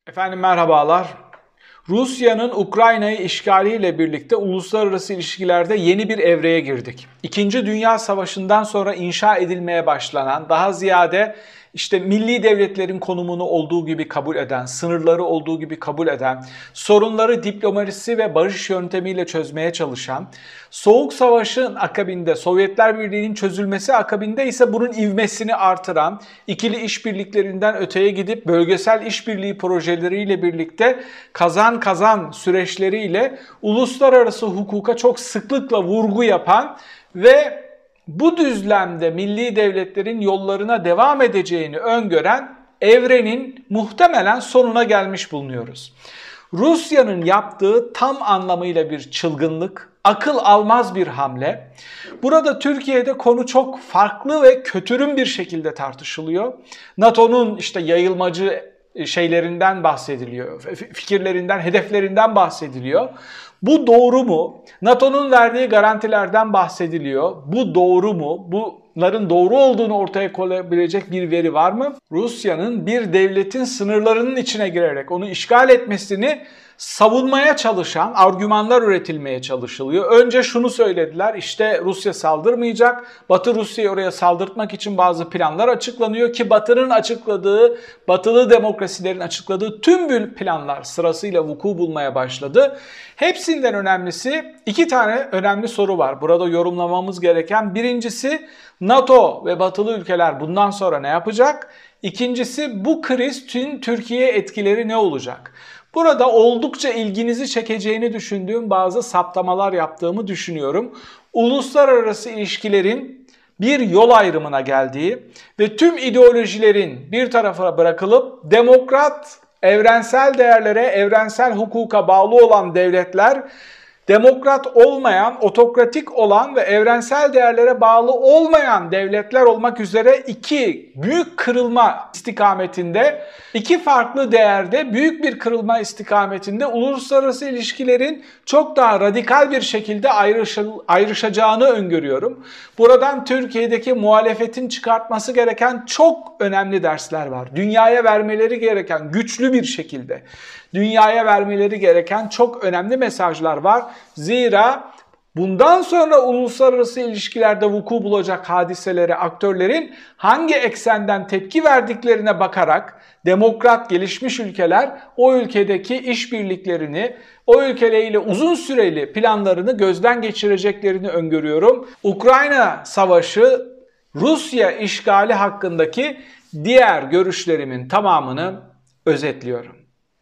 Efendim merhabalar. Rusya'nın Ukrayna'yı işgaliyle birlikte uluslararası ilişkilerde yeni bir evreye girdik. İkinci Dünya Savaşı'ndan sonra inşa edilmeye başlanan, daha ziyade milli devletlerin konumunu olduğu gibi kabul eden, sınırları olduğu gibi kabul eden, sorunları diplomasi ve barış yöntemiyle çözmeye çalışan, Soğuk Savaş'ın akabinde, Sovyetler Birliği'nin çözülmesi akabinde ise bunun ivmesini artıran, ikili işbirliklerinden öteye gidip bölgesel işbirliği projeleriyle birlikte kazan kazan süreçleriyle uluslararası hukuka çok sıklıkla vurgu yapan ve bu düzlemde milli devletlerin yollarına devam edeceğini öngören evrenin muhtemelen sonuna gelmiş bulunuyoruz. Rusya'nın yaptığı tam anlamıyla bir çılgınlık, akıl almaz bir hamle. Burada Türkiye'de konu çok farklı ve kötürüm bir şekilde tartışılıyor. NATO'nun yayılmacı şeylerinden bahsediliyor, fikirlerinden, hedeflerinden bahsediliyor. Bu doğru mu? NATO'nun verdiği garantilerden bahsediliyor. Bu doğru mu? Bunların doğru olduğunu ortaya koyabilecek bir veri var mı? Rusya'nın bir devletin sınırlarının içine girerek onu işgal etmesini savunmaya çalışan argümanlar üretilmeye çalışılıyor. Önce şunu söylediler, Rusya saldırmayacak. Batı Rusya'yı oraya saldırtmak için bazı planlar açıklanıyor ki Batı'nın açıkladığı, Batılı demokrasilerin açıkladığı tüm planlar sırasıyla vuku bulmaya başladı. Hepsinden önemlisi iki tane önemli soru var. Burada yorumlamamız gereken birincisi NATO ve Batılı ülkeler bundan sonra ne yapacak? İkincisi bu krizin Türkiye'ye etkileri ne olacak? Burada oldukça ilginizi çekeceğini düşündüğüm bazı saptamalar yaptığımı düşünüyorum. Uluslararası ilişkilerin bir yol ayrımına geldiği ve tüm ideolojilerin bir tarafa bırakılıp demokrat, evrensel değerlere, evrensel hukuka bağlı olan devletler, demokrat olmayan, otokratik olan ve evrensel değerlere bağlı olmayan devletler olmak üzere iki büyük kırılma istikametinde, iki farklı değerde büyük bir kırılma istikametinde uluslararası ilişkilerin çok daha radikal bir şekilde ayrışacağını öngörüyorum. Buradan Türkiye'deki muhalefetin çıkartması gereken çok önemli dersler var. Dünyaya vermeleri gereken güçlü bir şekilde, dünyaya vermeleri gereken çok önemli mesajlar var. Zira bundan sonra uluslararası ilişkilerde vuku bulacak hadiselere aktörlerin hangi eksenden tepki verdiklerine bakarak demokrat gelişmiş ülkeler o ülkedeki işbirliklerini, o ülkeleriyle uzun süreli planlarını gözden geçireceklerini öngörüyorum. Ukrayna Savaşı, Rusya işgali hakkındaki diğer görüşlerimin tamamını özetliyorum.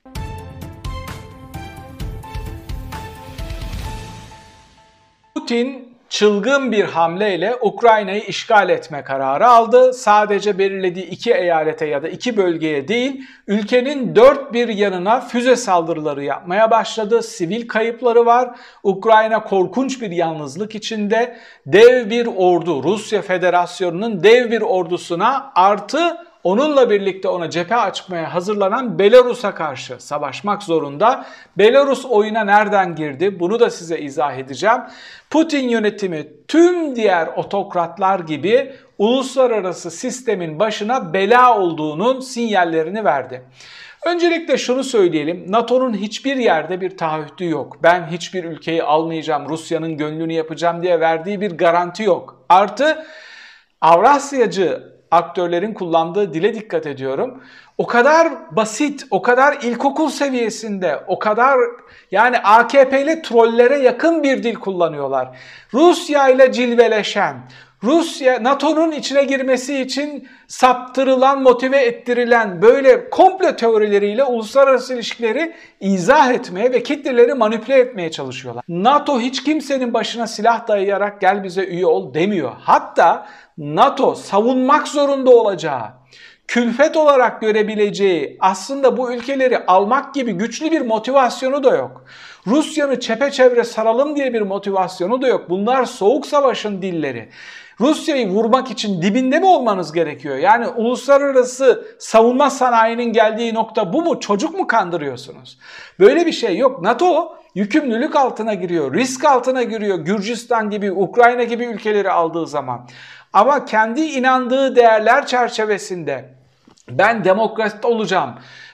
Putin çılgın bir hamleyle Ukrayna'yı işgal etme kararı aldı. Sadece belirlediği iki eyalete ya da iki bölgeye değil, ülkenin dört bir yanına füze saldırıları yapmaya başladı. Sivil kayıpları var. Ukrayna korkunç bir yalnızlık içinde. Dev bir ordu, Rusya Federasyonu'nun dev bir ordusuna artı onunla birlikte ona cephe açmaya hazırlanan Belarus'a karşı savaşmak zorunda. Belarus oyuna nereden girdi? Bunu da size izah edeceğim. Putin yönetimi tüm diğer otokratlar gibi uluslararası sistemin başına bela olduğunun sinyallerini verdi. Öncelikle şunu söyleyelim, NATO'nun hiçbir yerde bir taahhütü yok. Ben hiçbir ülkeyi almayacağım, Rusya'nın gönlünü yapacağım diye verdiği bir garanti yok. Artı Avrasyacı aktörlerin kullandığı dile dikkat ediyorum. O kadar basit, o kadar ilkokul seviyesinde, o kadar AKP'li trollere yakın bir dil kullanıyorlar. Rusya ile cilveleşen, Rusya NATO'nun içine girmesi için saptırılan, motive ettirilen böyle komplo teorileriyle uluslararası ilişkileri izah etmeye ve kitleleri manipüle etmeye çalışıyorlar. NATO hiç kimsenin başına silah dayayarak gel bize üye ol demiyor. Hatta NATO savunmak zorunda olacağı, külfet olarak görebileceği, aslında bu ülkeleri almak gibi güçlü bir motivasyonu da yok. Rusya'nı çepeçevre saralım diye bir motivasyonu da yok. Bunlar Soğuk Savaş'ın dilleri. Rusya'yı vurmak için dibinde mi olmanız gerekiyor? Yani uluslararası savunma sanayinin geldiği nokta bu mu? Çocuk mu kandırıyorsunuz? Böyle bir şey yok. NATO yükümlülük altına giriyor, risk altına giriyor. Gürcistan gibi, Ukrayna gibi ülkeleri aldığı zaman. Ama kendi inandığı değerler çerçevesinde ben demokrat olacağım,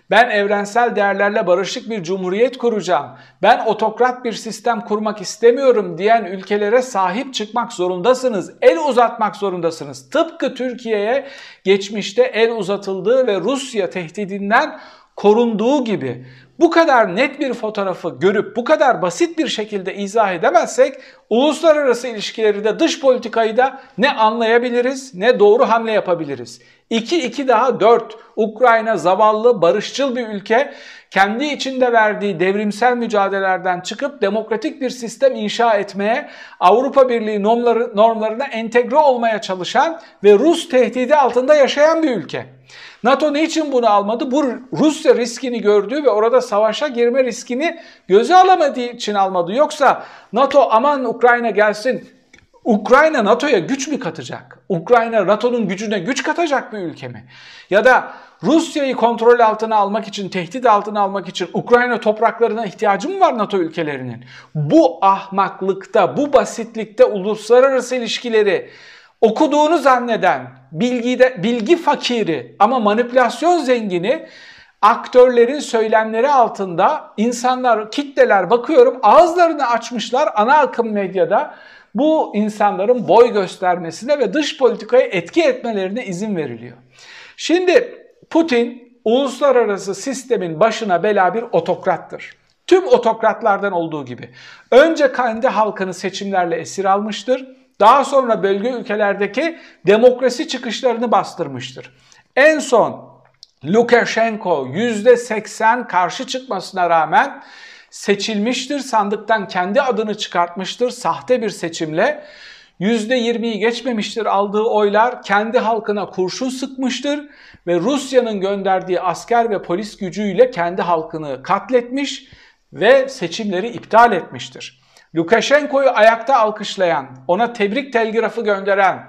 Ben evrensel değerlerle barışık bir cumhuriyet kuracağım. Ben otokrat bir sistem kurmak istemiyorum diyen ülkelere sahip çıkmak zorundasınız. El uzatmak zorundasınız. Tıpkı Türkiye'ye geçmişte el uzatıldığı ve Rusya tehdidinden korunduğu gibi. Bu kadar net bir fotoğrafı görüp bu kadar basit bir şekilde izah edemezsek uluslararası ilişkileri de dış politikayı da ne anlayabiliriz ne doğru hamle yapabiliriz. 2 daha 4. Ukrayna zavallı, barışçıl bir ülke. Kendi içinde verdiği devrimsel mücadelelerden çıkıp demokratik bir sistem inşa etmeye, Avrupa Birliği normlarına entegre olmaya çalışan ve Rus tehdidi altında yaşayan bir ülke. NATO niçin bunu almadı? Bu Rusya riskini gördüğü ve orada savaşa girme riskini göze alamadığı için almadı. Yoksa NATO aman Ukrayna gelsin, Ukrayna NATO'ya güç mü katacak? Ukrayna NATO'nun gücüne güç katacak bir ülke mi? Ya da Rusya'yı kontrol altına almak için, tehdit altına almak için Ukrayna topraklarına ihtiyacı mı var NATO ülkelerinin? Bu ahmaklıkta, bu basitlikte uluslararası ilişkileri okuduğunu zanneden, bilgi fakiri ama manipülasyon zengini aktörlerin söylemleri altında insanlar, kitleler bakıyorum ağızlarını açmışlar ana akım medyada. Bu insanların boy göstermesine ve dış politikaya etki etmelerine izin veriliyor. Şimdi Putin uluslararası sistemin başına bela bir otokrattır. Tüm otokratlardan olduğu gibi. Önce kendi halkını seçimlerle esir almıştır. Daha sonra bölge ülkelerdeki demokrasi çıkışlarını bastırmıştır. En son Lukashenko %80 karşı çıkmasına rağmen seçilmiştir. Sandıktan kendi adını çıkartmıştır sahte bir seçimle. %20'yi geçmemiştir aldığı oylar, kendi halkına kurşun sıkmıştır ve Rusya'nın gönderdiği asker ve polis gücüyle kendi halkını katletmiş ve seçimleri iptal etmiştir. Lukashenko'yu ayakta alkışlayan, ona tebrik telgrafı gönderen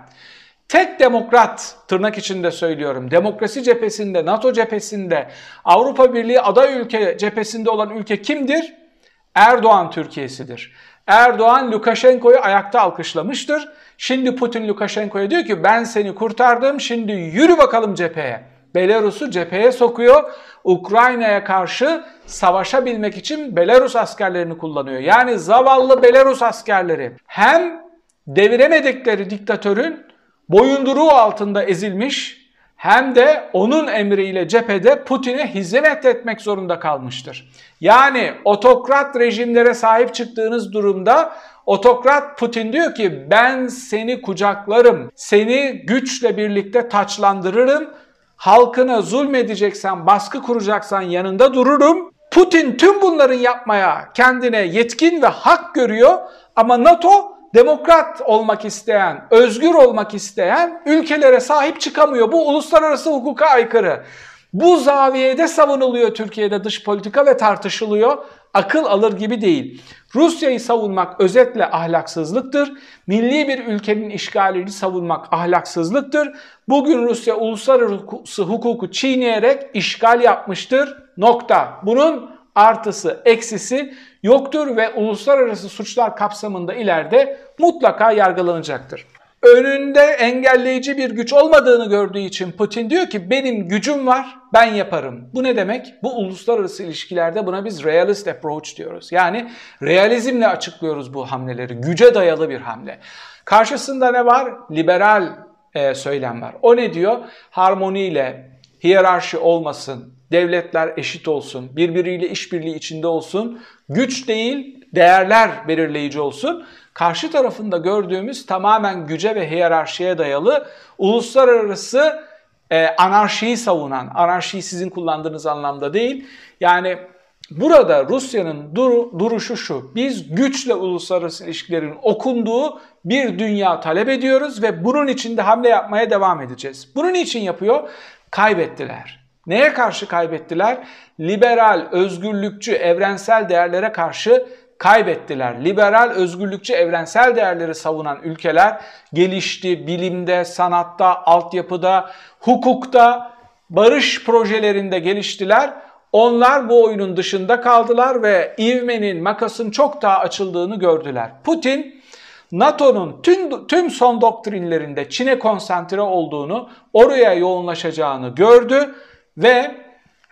tek demokrat, tırnak içinde söylüyorum, demokrasi cephesinde, NATO cephesinde, Avrupa Birliği aday ülke cephesinde olan ülke kimdir? Erdoğan Türkiye'sidir. Erdoğan Lukashenko'yu ayakta alkışlamıştır. Şimdi Putin Lukashenko'ya diyor ki ben seni kurtardım, şimdi yürü bakalım cepheye. Belarus'u cepheye sokuyor. Ukrayna'ya karşı savaşabilmek için Belarus askerlerini kullanıyor. Yani zavallı Belarus askerleri hem deviremedikleri diktatörün boyunduruğu altında ezilmiş hem de onun emriyle cephede Putin'e hizmet etmek zorunda kalmıştır. Yani otokrat rejimlere sahip çıktığınız durumda otokrat Putin diyor ki ben seni kucaklarım, seni güçle birlikte taçlandırırım, halkına zulmedeceksen, baskı kuracaksan yanında dururum. Putin tüm bunların yapmaya kendine yetkin ve hak görüyor ama NATO demokrat olmak isteyen, özgür olmak isteyen ülkelere sahip çıkamıyor. Bu uluslararası hukuka aykırı. Bu zaviyede savunuluyor Türkiye'de dış politika ve tartışılıyor. Akıl alır gibi değil. Rusya'yı savunmak özetle ahlaksızlıktır. Milli bir ülkenin işgalini savunmak ahlaksızlıktır. Bugün Rusya uluslararası hukuku çiğneyerek işgal yapmıştır. Nokta. Bunun artısı, eksisi yoktur ve uluslararası suçlar kapsamında ileride mutlaka yargılanacaktır. Önünde engelleyici bir güç olmadığını gördüğü için Putin diyor ki benim gücüm var, ben yaparım. Bu ne demek? Bu uluslararası ilişkilerde buna biz realist approach diyoruz. Yani realizmle açıklıyoruz bu hamleleri. Güce dayalı bir hamle. Karşısında ne var? Liberal söylem var. O ne diyor? Harmoniyle, hiyerarşi olmasın, devletler eşit olsun, birbiriyle işbirliği içinde olsun, güç değil değerler belirleyici olsun. Karşı tarafında gördüğümüz tamamen güce ve hiyerarşiye dayalı uluslararası anarşiyi savunan, anarşiyi sizin kullandığınız anlamda değil. Yani burada Rusya'nın duruşu şu, biz güçle uluslararası ilişkilerin okunduğu bir dünya talep ediyoruz ve bunun için de hamle yapmaya devam edeceğiz. Bunu niçin yapıyor? Kaybettiler. Neye karşı kaybettiler? Liberal, özgürlükçü, evrensel değerlere karşı kaybettiler. Liberal, özgürlükçü, evrensel değerleri savunan ülkeler gelişti. Bilimde, sanatta, altyapıda, hukukta, barış projelerinde geliştiler. Onlar bu oyunun dışında kaldılar ve ivmenin, makasın çok daha açıldığını gördüler. Putin, NATO'nun tüm son doktrinlerinde Çin'e konsantre olduğunu, oraya yoğunlaşacağını gördü ve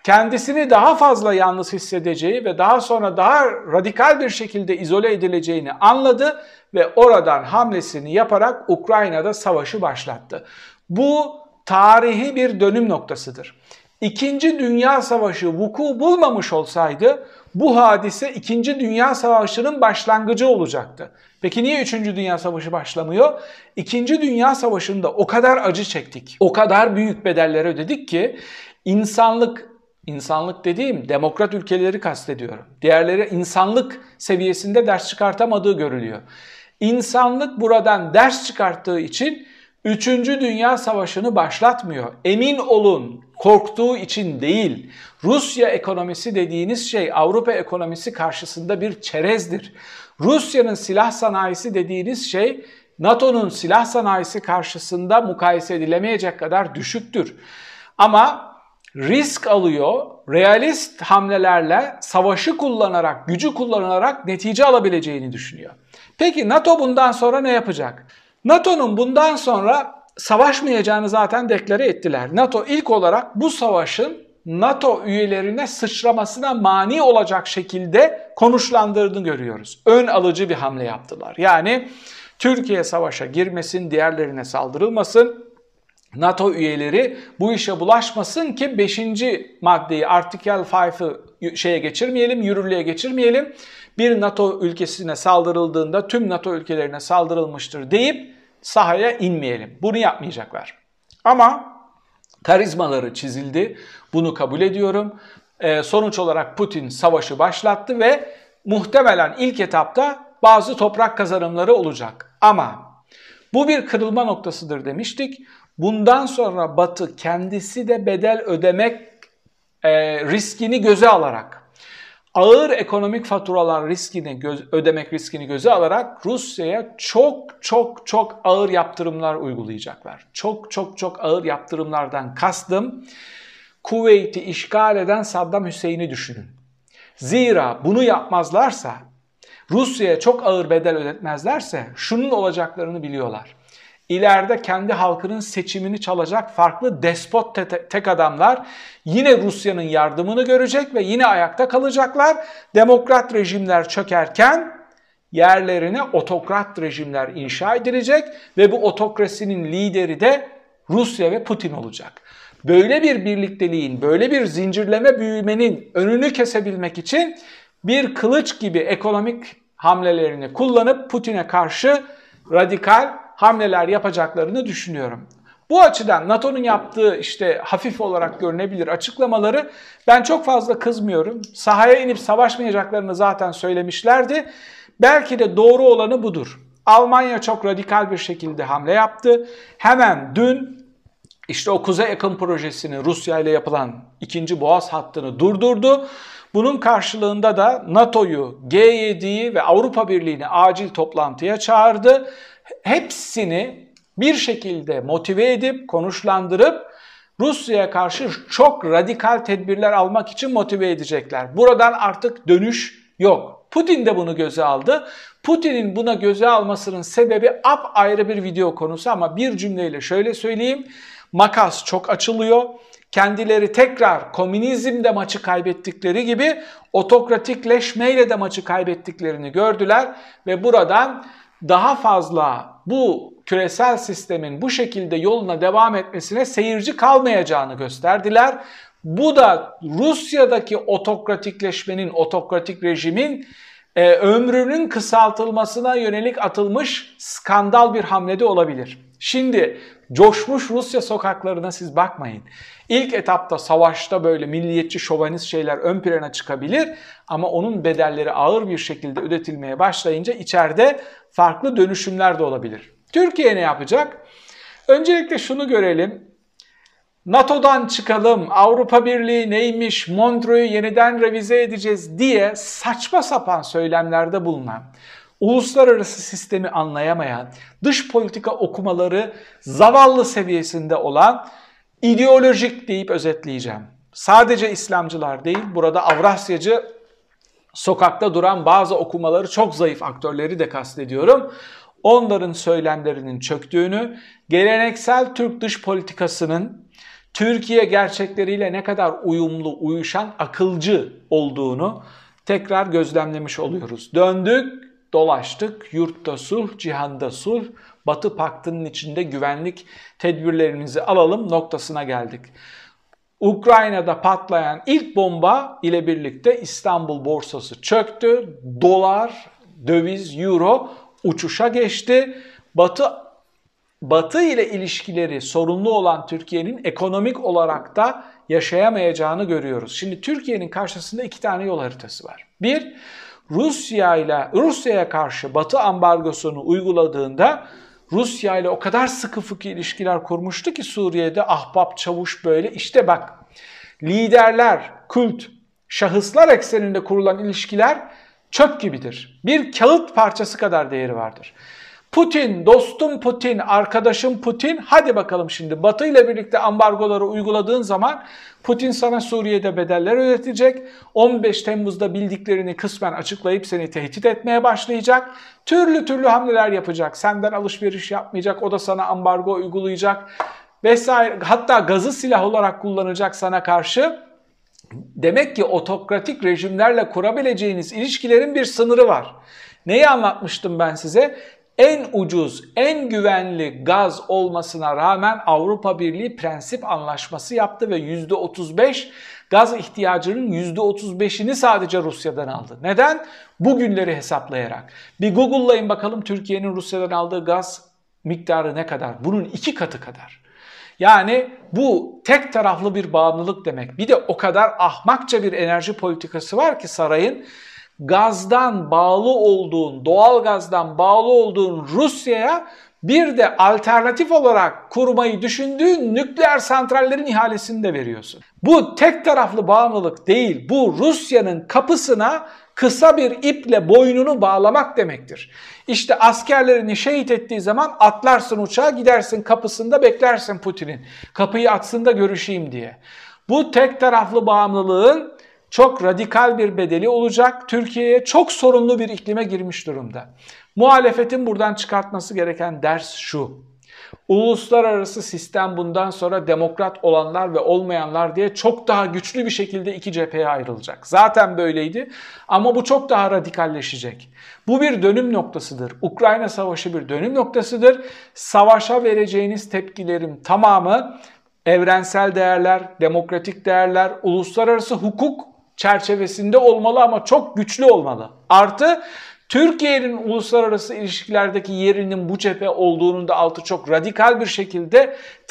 kendisini daha fazla yalnız hissedeceği ve daha sonra daha radikal bir şekilde izole edileceğini anladı ve oradan hamlesini yaparak Ukrayna'da savaşı başlattı. Bu tarihi bir dönüm noktasıdır. İkinci Dünya Savaşı vuku bulmamış olsaydı bu hadise İkinci Dünya Savaşı'nın başlangıcı olacaktı. Peki niye Üçüncü Dünya Savaşı başlamıyor? İkinci Dünya Savaşı'nda o kadar acı çektik, o kadar büyük bedeller ödedik ki insanlık dediğim demokrat ülkeleri kastediyorum. Diğerleri insanlık seviyesinde ders çıkartamadığı görülüyor. İnsanlık buradan ders çıkarttığı için Üçüncü Dünya Savaşı'nı başlatmıyor. Emin olun, korktuğu için değil. Rusya ekonomisi dediğiniz şey Avrupa ekonomisi karşısında bir çerezdir. Rusya'nın silah sanayisi dediğiniz şey NATO'nun silah sanayisi karşısında mukayese edilemeyecek kadar düşüktür. Ama risk alıyor, realist hamlelerle savaşı kullanarak, gücü kullanarak netice alabileceğini düşünüyor. Peki NATO bundan sonra ne yapacak? NATO'nun bundan sonra savaşmayacağını zaten deklare ettiler. NATO ilk olarak bu savaşın NATO üyelerine sıçramasına mani olacak şekilde konuşlandırdığını görüyoruz. Ön alıcı bir hamle yaptılar. Yani Türkiye savaşa girmesin, diğerlerine saldırılmasın. NATO üyeleri bu işe bulaşmasın ki 5. maddeyi Article 5'ı geçirmeyelim, yürürlüğe geçirmeyelim. Bir NATO ülkesine saldırıldığında tüm NATO ülkelerine saldırılmıştır deyip sahaya inmeyelim. Bunu yapmayacaklar. Ama karizmaları çizildi. Bunu kabul ediyorum. Sonuç olarak Putin savaşı başlattı ve muhtemelen ilk etapta bazı toprak kazanımları olacak. Ama bu bir kırılma noktasıdır demiştik. Bundan sonra Batı kendisi de bedel ödemek riskini göze alarak, ağır ekonomik faturalar ödemek riskini göze alarak Rusya'ya çok ağır yaptırımlar uygulayacaklar. Çok ağır yaptırımlardan kastım Kuveyt'i işgal eden Saddam Hüseyin'i düşünün. Zira bunu yapmazlarsa, Rusya'ya çok ağır bedel ödetmezlerse şunun olacaklarını biliyorlar. İleride kendi halkının seçimini çalacak farklı despot tek adamlar yine Rusya'nın yardımını görecek ve yine ayakta kalacaklar. Demokrat rejimler çökerken yerlerine otokrat rejimler inşa edilecek ve bu otokrasinin lideri de Rusya ve Putin olacak. Böyle bir birlikteliğin, böyle bir zincirleme büyümenin önünü kesebilmek için bir kılıç gibi ekonomik hamlelerini kullanıp Putin'e karşı radikal hamleler yapacaklarını düşünüyorum. Bu açıdan NATO'nun yaptığı hafif olarak görünebilir açıklamaları ben çok fazla kızmıyorum. Sahaya inip savaşmayacaklarını zaten söylemişlerdi. Belki de doğru olanı budur. Almanya çok radikal bir şekilde hamle yaptı. Hemen dün o Kuzey Akım projesini Rusya ile yapılan 2. Boğaz hattını durdurdu. Bunun karşılığında da NATO'yu, G7'yi ve Avrupa Birliği'ni acil toplantıya çağırdı. Hepsini bir şekilde motive edip, konuşlandırıp Rusya'ya karşı çok radikal tedbirler almak için motive edecekler. Buradan artık dönüş yok. Putin de bunu göze aldı. Putin'in buna göze almasının sebebi apayrı bir video konusu ama bir cümleyle şöyle söyleyeyim. Makas çok açılıyor. Kendileri tekrar komünizmde maçı kaybettikleri gibi otokratikleşmeyle de maçı kaybettiklerini gördüler ve buradan daha fazla bu küresel sistemin bu şekilde yoluna devam etmesine seyirci kalmayacağını gösterdiler. Bu da Rusya'daki otokratikleşmenin, otokratik rejimin ömrünün kısaltılmasına yönelik atılmış skandal bir hamle de olabilir. Şimdi coşmuş Rusya sokaklarına siz bakmayın. İlk etapta savaşta böyle milliyetçi, şovenist şeyler ön plana çıkabilir ama onun bedelleri ağır bir şekilde ödetilmeye başlayınca içeride farklı dönüşümler de olabilir. Türkiye ne yapacak? Öncelikle şunu görelim. NATO'dan çıkalım, Avrupa Birliği neymiş, Montreux'u yeniden revize edeceğiz diye saçma sapan söylemlerde bulunan, uluslararası sistemi anlayamayan, dış politika okumaları zavallı seviyesinde olan ideolojik deyip özetleyeceğim. Sadece İslamcılar değil, burada Avrasyacı sokakta duran bazı okumaları çok zayıf aktörleri de kastediyorum. Onların söylemlerinin çöktüğünü, geleneksel Türk dış politikasının Türkiye gerçekleriyle ne kadar uyumlu, uyuşan, akılcı olduğunu tekrar gözlemlemiş oluyoruz. Döndük, dolaştık, yurtta sulh, cihanda sulh, Batı Paktı'nın içinde güvenlik tedbirlerimizi alalım noktasına geldik. Ukrayna'da patlayan ilk bomba ile birlikte İstanbul borsası çöktü. Dolar, döviz, euro uçuşa geçti. Batı ile ilişkileri sorunlu olan Türkiye'nin ekonomik olarak da yaşayamayacağını görüyoruz. Şimdi Türkiye'nin karşısında iki tane yol haritası var. Bir, Rusya'ya karşı Batı ambargosunu uyguladığında Rusya ile o kadar sıkı fıkı ilişkiler kurmuştu ki Suriye'de ahbap çavuş böyle. İşte bak, liderler, kült, şahıslar ekseninde kurulan ilişkiler çöp gibidir. Bir kağıt parçası kadar değeri vardır. Putin, dostum Putin, arkadaşım Putin, hadi bakalım şimdi Batı ile birlikte ambargoları uyguladığın zaman Putin sana Suriye'de bedeller ödetecek. 15 Temmuz'da bildiklerini kısmen açıklayıp seni tehdit etmeye başlayacak. Türlü hamleler yapacak. Senden alışveriş yapmayacak, o da sana ambargo uygulayacak vesaire. Hatta gazı silah olarak kullanacak sana karşı. Demek ki otokratik rejimlerle kurabileceğiniz ilişkilerin bir sınırı var. Neyi anlatmıştım ben size? En ucuz, en güvenli gaz olmasına rağmen Avrupa Birliği prensip anlaşması yaptı ve %35 gaz ihtiyacının %35'ini sadece Rusya'dan aldı. Neden? Bugünleri hesaplayarak. Bir Google'layın bakalım Türkiye'nin Rusya'dan aldığı gaz miktarı ne kadar? Bunun 2 katı kadar. Yani bu tek taraflı bir bağımlılık demek. Bir de o kadar ahmakça bir enerji politikası var ki sarayın. Gazdan bağlı olduğun, doğal gazdan bağlı olduğun Rusya'ya bir de alternatif olarak kurmayı düşündüğün nükleer santrallerin ihalesini de veriyorsun. Bu tek taraflı bağımlılık değil, bu Rusya'nın kapısına kısa bir iple boynunu bağlamak demektir. İşte askerlerini şehit ettiği zaman atlarsın uçağa, gidersin kapısında beklersin Putin'in. Kapıyı açsın da görüşeyim diye. Bu tek taraflı bağımlılığın çok radikal bir bedeli olacak. Türkiye'ye çok sorunlu bir iklime girmiş durumda. Muhalefetin buradan çıkartması gereken ders şu: uluslararası sistem bundan sonra demokrat olanlar ve olmayanlar diye çok daha güçlü bir şekilde iki cepheye ayrılacak. Zaten böyleydi ama bu çok daha radikalleşecek. Bu bir dönüm noktasıdır. Ukrayna Savaşı bir dönüm noktasıdır. Savaşa vereceğiniz tepkilerin tamamı evrensel değerler, demokratik değerler, uluslararası hukuk çerçevesinde olmalı ama çok güçlü olmalı. Artı Türkiye'nin uluslararası ilişkilerdeki yerinin bu cephe olduğunun da altı çok radikal bir şekilde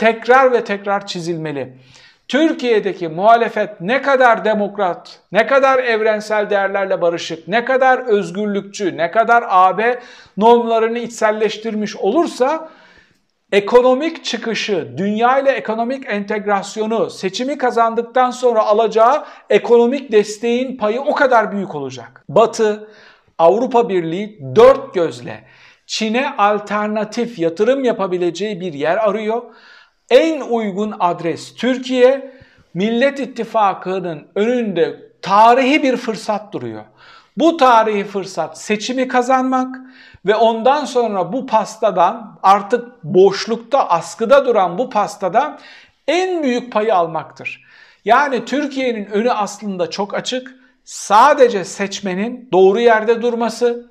tekrar çizilmeli. Türkiye'deki muhalefet ne kadar demokrat, ne kadar evrensel değerlerle barışık, ne kadar özgürlükçü, ne kadar AB normlarını içselleştirmiş olursa ekonomik çıkışı, dünya ile ekonomik entegrasyonu, seçimi kazandıktan sonra alacağı ekonomik desteğin payı o kadar büyük olacak. Batı, Avrupa Birliği dört gözle Çin'e alternatif yatırım yapabileceği bir yer arıyor. En uygun adres Türkiye. Millet İttifakı'nın önünde tarihi bir fırsat duruyor. Bu tarihi fırsat seçimi kazanmak ve ondan sonra bu pastadan, artık boşlukta, askıda duran bu pastadan en büyük payı almaktır. Yani Türkiye'nin önü aslında çok açık. Sadece seçmenin doğru yerde durması,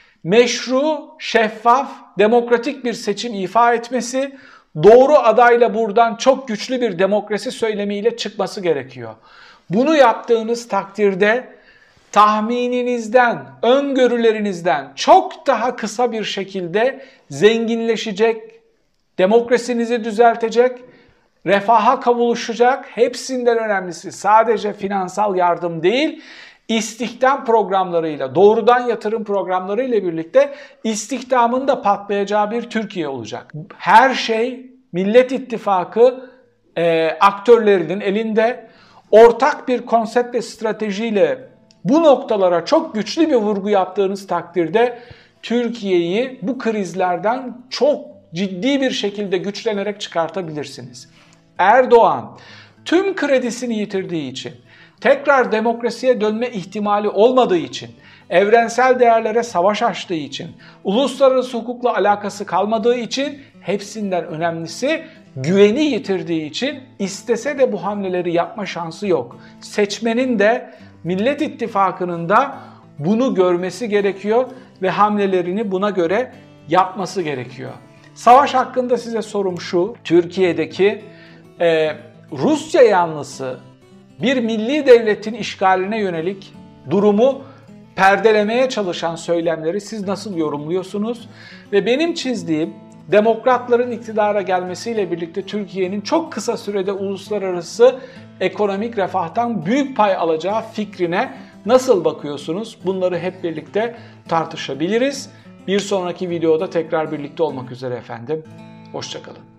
meşru, şeffaf, demokratik bir seçim ifa etmesi, doğru adayla buradan çok güçlü bir demokrasi söylemiyle çıkması gerekiyor. Bunu yaptığınız takdirde tahmininizden, öngörülerinizden çok daha kısa bir şekilde zenginleşecek, demokrasinizi düzeltecek, refaha kavuşacak, hepsinden önemlisi sadece finansal yardım değil, istihdam programlarıyla, doğrudan yatırım programlarıyla birlikte istihdamın da patlayacağı bir Türkiye olacak. Her şey Millet İttifakı aktörlerinin elinde. Ortak bir konsept ve stratejiyle bu noktalara çok güçlü bir vurgu yaptığınız takdirde Türkiye'yi bu krizlerden çok ciddi bir şekilde güçlenerek çıkartabilirsiniz. Erdoğan tüm kredisini yitirdiği için, tekrar demokrasiye dönme ihtimali olmadığı için, evrensel değerlere savaş açtığı için, uluslararası hukukla alakası kalmadığı için hepsinden önemlisi güveni yitirdiği için istese de bu hamleleri yapma şansı yok. Seçmenin de Millet İttifakı'nın da bunu görmesi gerekiyor ve hamlelerini buna göre yapması gerekiyor. Savaş hakkında size sorum şu: Türkiye'deki Rusya yanlısı bir milli devletin işgaline yönelik durumu perdelemeye çalışan söylemleri siz nasıl yorumluyorsunuz? Ve benim çizdiğim demokratların iktidara gelmesiyle birlikte Türkiye'nin çok kısa sürede uluslararası ekonomik refahtan büyük pay alacağı fikrine nasıl bakıyorsunuz? Bunları hep birlikte tartışabiliriz. Bir sonraki videoda tekrar birlikte olmak üzere efendim. Hoşça kalın.